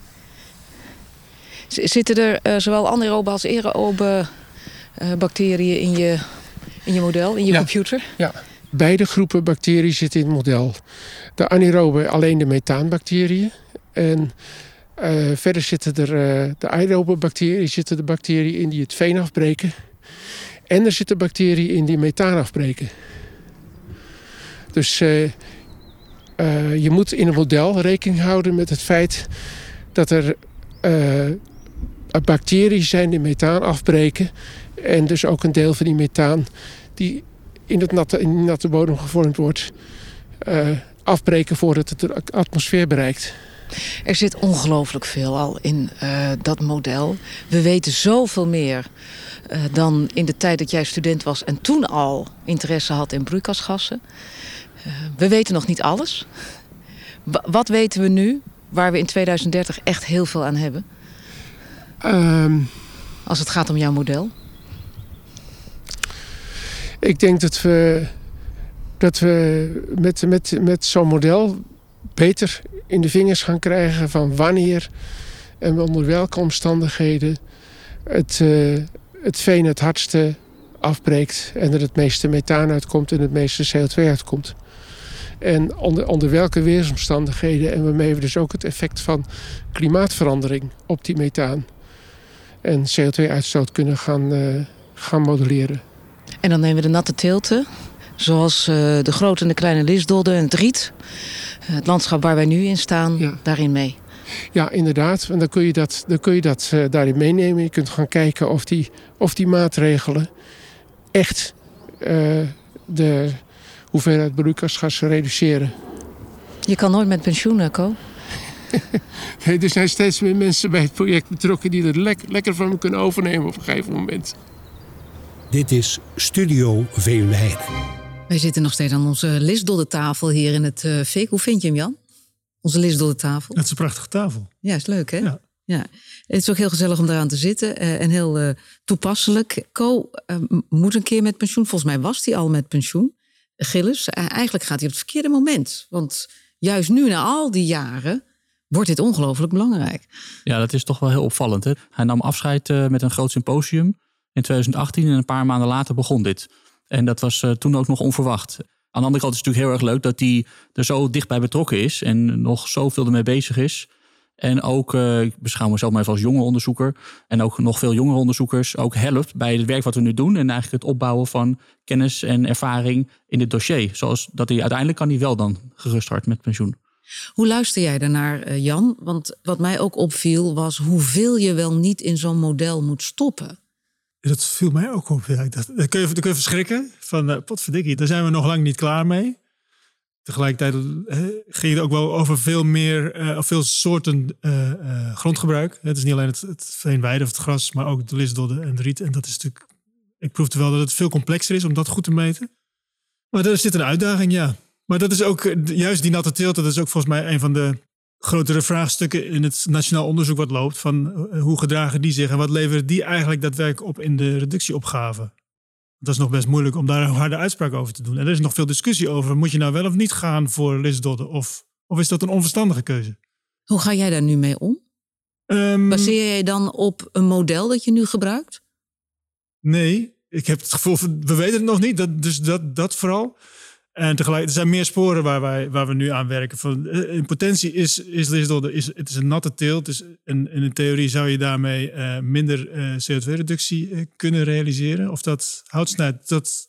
Zitten er zowel anaerobe als aerobe bacteriën in je model, in je computer? Ja, beide groepen bacteriën zitten in het model. De anaerobe alleen de methaanbacteriën. En verder zitten er de aerobe bacteriën, zitten de bacteriën in die het veen afbreken. En er zitten bacteriën in die methaan afbreken. Dus je moet in een model rekening houden met het feit dat er bacteriën zijn die methaan afbreken. En dus ook een deel van die methaan die in de natte bodem gevormd wordt, afbreken voordat het de atmosfeer bereikt. Er zit ongelooflijk veel al in dat model. We weten zoveel meer dan in de tijd dat jij student was en toen al interesse had in broeikasgassen. We weten nog niet alles. Wat weten we nu, waar we in 2030 echt heel veel aan hebben? Als het gaat om jouw model? Ik denk dat we met zo'n model beter in de vingers gaan krijgen van wanneer en onder welke omstandigheden het veen het hardste afbreekt en er het meeste methaan uitkomt en het meeste CO2 uitkomt. En onder welke weersomstandigheden en waarmee we dus ook het effect van klimaatverandering op die methaan en CO2-uitstoot kunnen gaan modelleren. En dan nemen we de natte teelten, zoals de grote en de kleine lisdodden en het riet. Het landschap waar wij nu in staan, daarin mee. Ja, inderdaad. En dan kun je dat daarin meenemen. Je kunt gaan kijken of die maatregelen echt de hoeveelheid broeikasgassen reduceren. Je kan nooit met pensioen, Co. Nee, er zijn steeds meer mensen bij het project betrokken die het lekker van me kunnen overnemen op een gegeven moment. Dit is Studio Veenweide. Wij zitten nog steeds aan onze lisdoddentafel hier in het Fik. Hoe vind je hem, Jan? Onze lisdoddentafel. Dat is een prachtige tafel. Ja, is leuk, hè? Ja. Het is ook heel gezellig om eraan te zitten en heel toepasselijk. Co moet een keer met pensioen. Volgens mij was hij al met pensioen. Gilles, eigenlijk gaat hij op het verkeerde moment. Want juist nu, na al die jaren, wordt dit ongelooflijk belangrijk. Ja, dat is toch wel heel opvallend. Hè? Hij nam afscheid met een groot symposium in 2018 en een paar maanden later begon dit. En dat was toen ook nog onverwacht. Aan de andere kant is het natuurlijk heel erg leuk dat hij er zo dichtbij betrokken is en nog zoveel ermee bezig is. En ook, ik beschouw mezelf maar even als jonge onderzoeker en ook nog veel jongere onderzoekers ook helpt bij het werk wat we nu doen en eigenlijk het opbouwen van kennis en ervaring in dit dossier. Zoals dat hij uiteindelijk kan hij wel dan gerust hard met pensioen. Hoe luister jij daarnaar, Jan? Want wat mij ook opviel was hoeveel je wel niet in zo'n model moet stoppen. Dat viel mij ook op. Ja, dan kun je verschrikken van potverdikkie, daar zijn we nog lang niet klaar mee. Tegelijkertijd ging het ook wel over veel soorten grondgebruik. Het is niet alleen het veenweide of het gras, maar ook de lisdodden en de riet. En dat is natuurlijk, ik proefde wel dat het veel complexer is om dat goed te meten. Maar daar zit een uitdaging, ja. Maar dat is ook, juist die natte teelt, dat is ook volgens mij een van de grotere vraagstukken in het nationaal onderzoek wat loopt. Van hoe gedragen die zich en wat leveren die eigenlijk daadwerkelijk op in de reductieopgave? Dat is nog best moeilijk om daar een harde uitspraak over te doen. En er is nog veel discussie over. Moet je nou wel of niet gaan voor lisdodden? Of is dat een onverstandige keuze? Hoe ga jij daar nu mee om? Baseer jij dan op een model dat je nu gebruikt? Nee, ik heb het gevoel, we weten het nog niet. Dus dat vooral. En tegelijk, er zijn meer sporen waar we nu aan werken. In potentie is lisdodden, het is een natte teelt. Dus in theorie zou je daarmee minder CO2-reductie kunnen realiseren. Of dat houtsnijdt, dat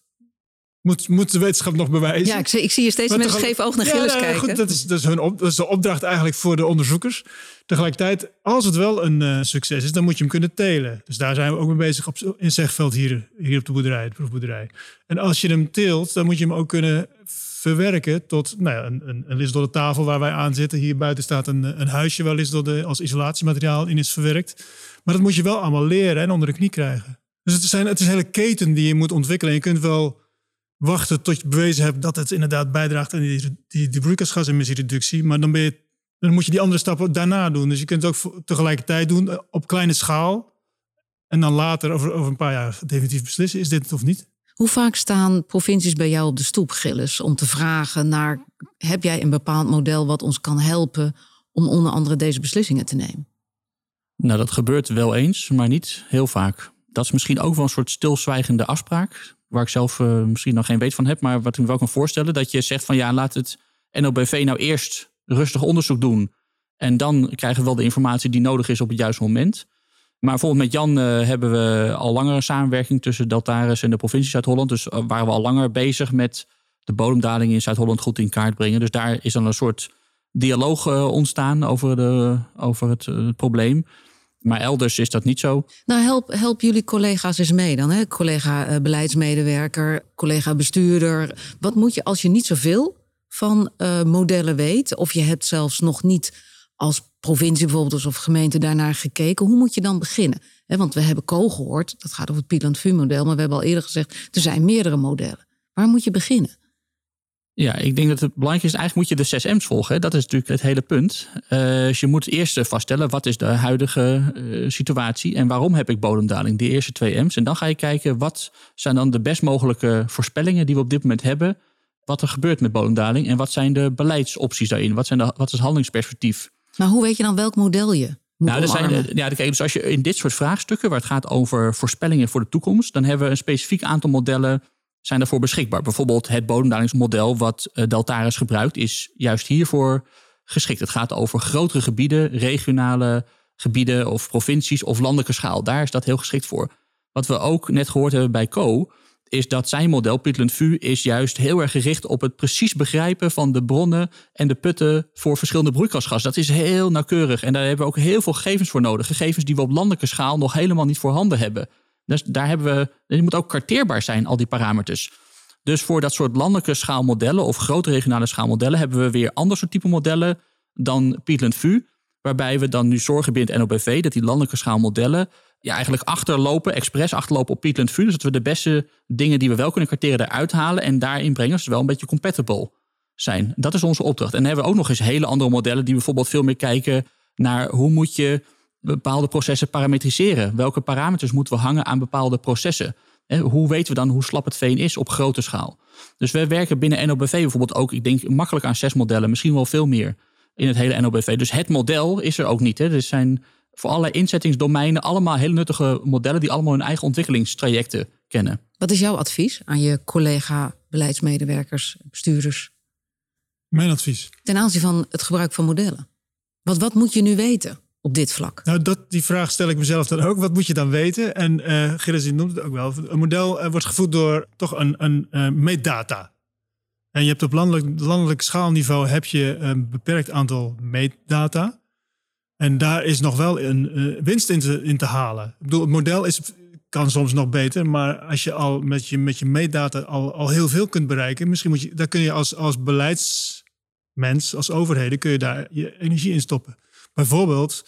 moet de wetenschap nog bewijzen. Ja, ik zie je steeds met een scheef oog naar Gilles kijken. Goed, dat is de opdracht eigenlijk voor de onderzoekers. Tegelijkertijd, als het wel een succes is, dan moet je hem kunnen telen. Dus daar zijn we ook mee bezig in Zegveld hier op de boerderij, de proefboerderij. En als je hem teelt, dan moet je hem ook kunnen verwerken tot een lisdoddentafel waar wij aan zitten. Hier buiten staat een huisje waar lisdodden als isolatiemateriaal in is verwerkt. Maar dat moet je wel allemaal leren en onder de knie krijgen. Dus het is een hele keten die je moet ontwikkelen. En je kunt wel wachten tot je bewezen hebt dat het inderdaad bijdraagt aan die broeikasgasemissiereductie. Maar dan moet je die andere stappen daarna doen. Dus je kunt het ook tegelijkertijd doen op kleine schaal. En dan later, over een paar jaar, definitief beslissen, is dit het of niet? Hoe vaak staan provincies bij jou op de stoep, Gilles, om te vragen naar, heb jij een bepaald model wat ons kan helpen om onder andere deze beslissingen te nemen? Nou, dat gebeurt wel eens, maar niet heel vaak. Dat is misschien ook wel een soort stilzwijgende afspraak, waar ik zelf misschien nog geen weet van heb, maar wat ik me wel kan voorstellen, dat je zegt van ja, laat het NOBV nou eerst rustig onderzoek doen en dan krijgen we wel de informatie die nodig is op het juiste moment. Maar bijvoorbeeld met Jan hebben we al langer een samenwerking tussen Deltares en de provincie Zuid-Holland. Dus waren we al langer bezig met de bodemdaling in Zuid-Holland goed in kaart brengen. Dus daar is dan een soort dialoog ontstaan over het probleem. Maar elders is dat niet zo. Nou, help jullie collega's eens mee dan. Hè? Collega beleidsmedewerker, collega bestuurder. Wat moet je als je niet zoveel van modellen weet, of je hebt zelfs nog niet als provincie bijvoorbeeld of gemeente daarnaar gekeken, hoe moet je dan beginnen? Want we hebben Co gehoord, dat gaat over het Pilant-VU-model, maar we hebben al eerder gezegd, er zijn meerdere modellen. Waar moet je beginnen? Ja, ik denk dat het belangrijk is, eigenlijk moet je de 6 M's volgen. Hè? Dat is natuurlijk het hele punt. Dus je moet eerst vaststellen, wat is de huidige situatie en waarom heb ik bodemdaling? Die eerste 2 M's. En dan ga je kijken, wat zijn dan de best mogelijke voorspellingen die we op dit moment hebben, wat er gebeurt met bodemdaling en wat zijn de beleidsopties daarin? Wat is het handelingsperspectief? Maar hoe weet je dan welk model je moet omarmen? Dus als je in dit soort vraagstukken, waar het gaat over voorspellingen voor de toekomst, dan hebben we een specifiek aantal modellen zijn daarvoor beschikbaar. Bijvoorbeeld het bodemdalingsmodel wat Deltares gebruikt is juist hiervoor geschikt. Het gaat over grotere gebieden, regionale gebieden of provincies of landelijke schaal. Daar is dat heel geschikt voor. Wat we ook net gehoord hebben bij Co, is dat zijn model, Peatland VU, is juist heel erg gericht op het precies begrijpen van de bronnen en de putten voor verschillende broeikasgassen. Dat is heel nauwkeurig en daar hebben we ook heel veel gegevens voor nodig. Gegevens die we op landelijke schaal nog helemaal niet voorhanden hebben. Dus daar hebben we, die moet ook karteerbaar zijn, al die parameters. Dus voor dat soort landelijke schaalmodellen of grote regionale schaalmodellen hebben we weer ander soort type modellen dan Peatland VU. Waarbij we dan nu zorgen binnen het NOBV dat die landelijke schaalmodellen eigenlijk expres achterlopen op Peatland VU. Dus dat we de beste dingen die we wel kunnen karteren eruit halen en daarin brengen, zodat ze wel een beetje compatible zijn. Dat is onze opdracht. En dan hebben we ook nog eens hele andere modellen die bijvoorbeeld veel meer kijken naar hoe moet je bepaalde processen parametriseren. Welke parameters moeten we hangen aan bepaalde processen? Hoe weten we dan hoe slap het veen is op grote schaal? Dus we werken binnen NOBV bijvoorbeeld ook, ik denk makkelijk aan 6 modellen, misschien wel veel meer in het hele NOBV. Dus het model is er ook niet. Er zijn voor allerlei inzettingsdomeinen allemaal hele nuttige modellen die allemaal hun eigen ontwikkelingstrajecten kennen. Wat is jouw advies aan je collega, beleidsmedewerkers, bestuurders? Mijn advies? Ten aanzien van het gebruik van modellen. Wat moet je nu weten op dit vlak? Nou, die vraag stel ik mezelf dan ook. Wat moet je dan weten? En Gilles noemt het ook wel. Een model wordt gevoed door toch een meetdata. En je hebt op landelijk schaalniveau heb je een beperkt aantal meetdata. En daar is nog wel een winst in te halen. Ik bedoel, het model kan soms nog beter, maar als je al met je meetdata al heel veel kunt bereiken, misschien daar kun je als beleidsmens, als overheden, kun je daar je energie in stoppen. Bijvoorbeeld,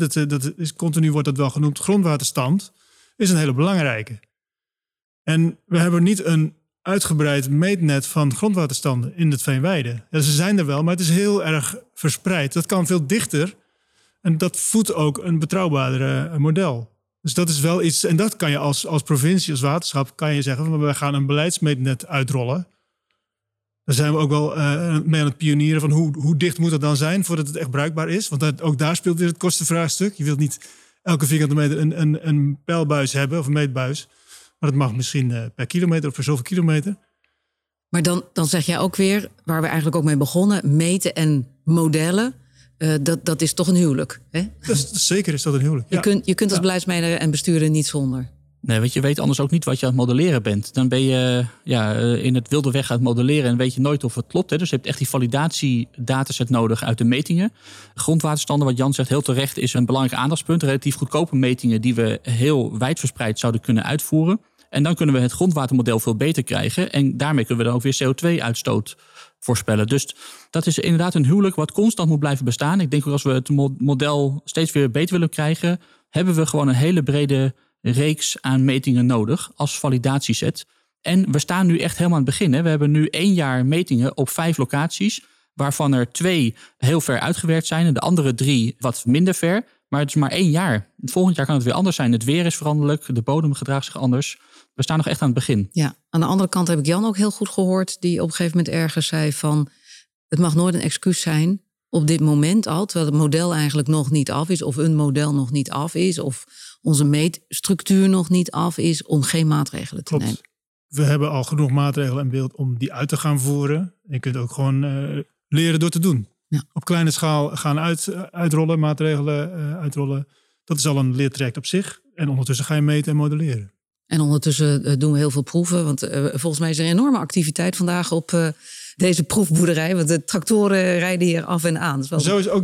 continu wordt dat wel genoemd, grondwaterstand is een hele belangrijke. En we hebben niet een uitgebreid meetnet van grondwaterstanden in het Veenweide. Ja, ze zijn er wel, maar het is heel erg verspreid. Dat kan veel dichter. En dat voedt ook een betrouwbaardere model. Dus dat is wel iets. En dat kan je als provincie, als waterschap, kan je zeggen, we gaan een beleidsmeetnet uitrollen. Daar zijn we ook wel mee aan het pionieren van hoe dicht moet dat dan zijn voordat het echt bruikbaar is. Want ook daar speelt weer het kostenvraagstuk. Je wilt niet elke vierkante meter een peilbuis hebben of een meetbuis. Maar dat mag misschien per kilometer of per zoveel kilometer. Maar dan zeg jij ook weer, waar we eigenlijk ook mee begonnen, meten en modellen. Dat is toch een huwelijk. Hè? Zeker is dat een huwelijk. Je kunt als beleidsmedewerker en bestuurder niet zonder. Nee, want je weet anders ook niet wat je aan het modelleren bent. Dan ben je in het wilde weg aan het modelleren en weet je nooit of het klopt. Hè? Dus je hebt echt die validatiedataset nodig uit de metingen. Grondwaterstanden, wat Jan zegt, heel terecht, is een belangrijk aandachtspunt. Relatief goedkope metingen die we heel wijdverspreid zouden kunnen uitvoeren. En dan kunnen we het grondwatermodel veel beter krijgen. En daarmee kunnen we dan ook weer CO2-uitstoot voorspellen. Dus dat is inderdaad een huwelijk wat constant moet blijven bestaan. Ik denk ook als we het model steeds weer beter willen krijgen, hebben we gewoon een hele brede reeks aan metingen nodig als validatieset. En we staan nu echt helemaal aan het begin. Hè. We hebben nu 1 jaar metingen op 5 locaties, waarvan er 2 heel ver uitgewerkt zijn en de andere 3 wat minder ver. Maar het is maar 1 jaar. Volgend jaar kan het weer anders zijn. Het weer is veranderlijk, de bodem gedraagt zich anders. We staan nog echt aan het begin. Ja, aan de andere kant heb ik Jan ook heel goed gehoord, die op een gegeven moment ergens zei van, het mag nooit een excuus zijn op dit moment al, terwijl het model eigenlijk nog niet af is, of een model nog niet af is, of onze meetstructuur nog niet af is, om geen maatregelen te nemen. We hebben al genoeg maatregelen in beeld om die uit te gaan voeren. Je kunt ook gewoon leren door te doen. Ja. Op kleine schaal gaan uitrollen, maatregelen uitrollen. Dat is al een leertraject op zich. En ondertussen ga je meten en modelleren. En ondertussen doen we heel veel proeven. Want volgens mij is er een enorme activiteit vandaag op deze proefboerderij. Want de tractoren rijden hier af en aan. Is Zo is ook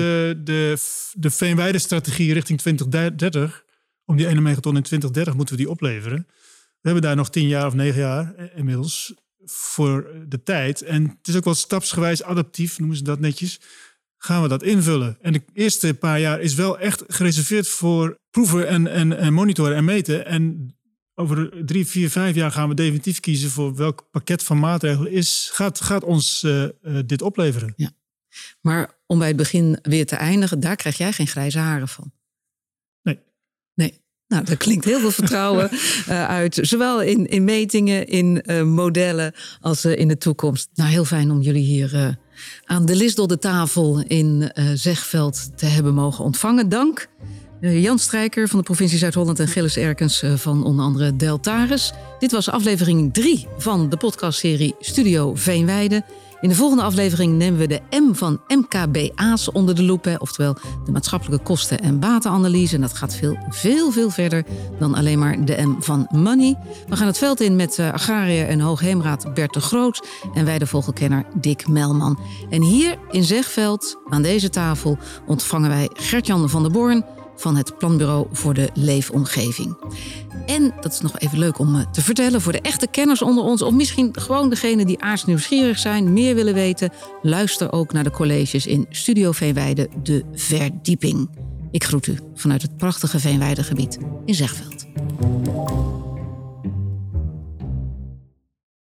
de Veenweide-strategie richting 2030. Om die 1 megaton in 2030 moeten we die opleveren. We hebben daar nog 10 jaar of 9 jaar inmiddels voor de tijd. En het is ook wel stapsgewijs adaptief, noemen ze dat netjes. Gaan we dat invullen. En de eerste paar jaar is wel echt gereserveerd voor proeven en monitoren en meten. En over 3, 4, 5 jaar gaan we definitief kiezen voor welk pakket van maatregelen gaat ons dit opleveren. Ja. Maar om bij het begin weer te eindigen, daar krijg jij geen grijze haren van. Nee. Nou, daar klinkt heel veel vertrouwen uit. Zowel in metingen, in modellen als in de toekomst. Nou, heel fijn om jullie hier aan de Lisdolde tafel in Zegveld te hebben mogen ontvangen. Dank. Jan Strijker van de provincie Zuid-Holland en Gilles Erkens van onder andere Deltares. Dit was aflevering 3 van de podcastserie Studio Veenweide. In de volgende aflevering nemen we de M van MKBA's onder de loep. Oftewel de maatschappelijke kosten- en batenanalyse. En dat gaat veel verder dan alleen maar de M van money. We gaan het veld in met agrariër en hoogheemraad Bert de Groot en weidevogelkenner Dick Melman. En hier in Zegveld, aan deze tafel, ontvangen wij Gert-Jan van der Born van het Planbureau voor de Leefomgeving. En, dat is nog even leuk om te vertellen, voor de echte kenners onder ons, of misschien gewoon degenen die aardsnieuwsgierig zijn, meer willen weten, luister ook naar de colleges in Studio Veenweide, De Verdieping. Ik groet u vanuit het prachtige Veenweidegebied in Zegveld.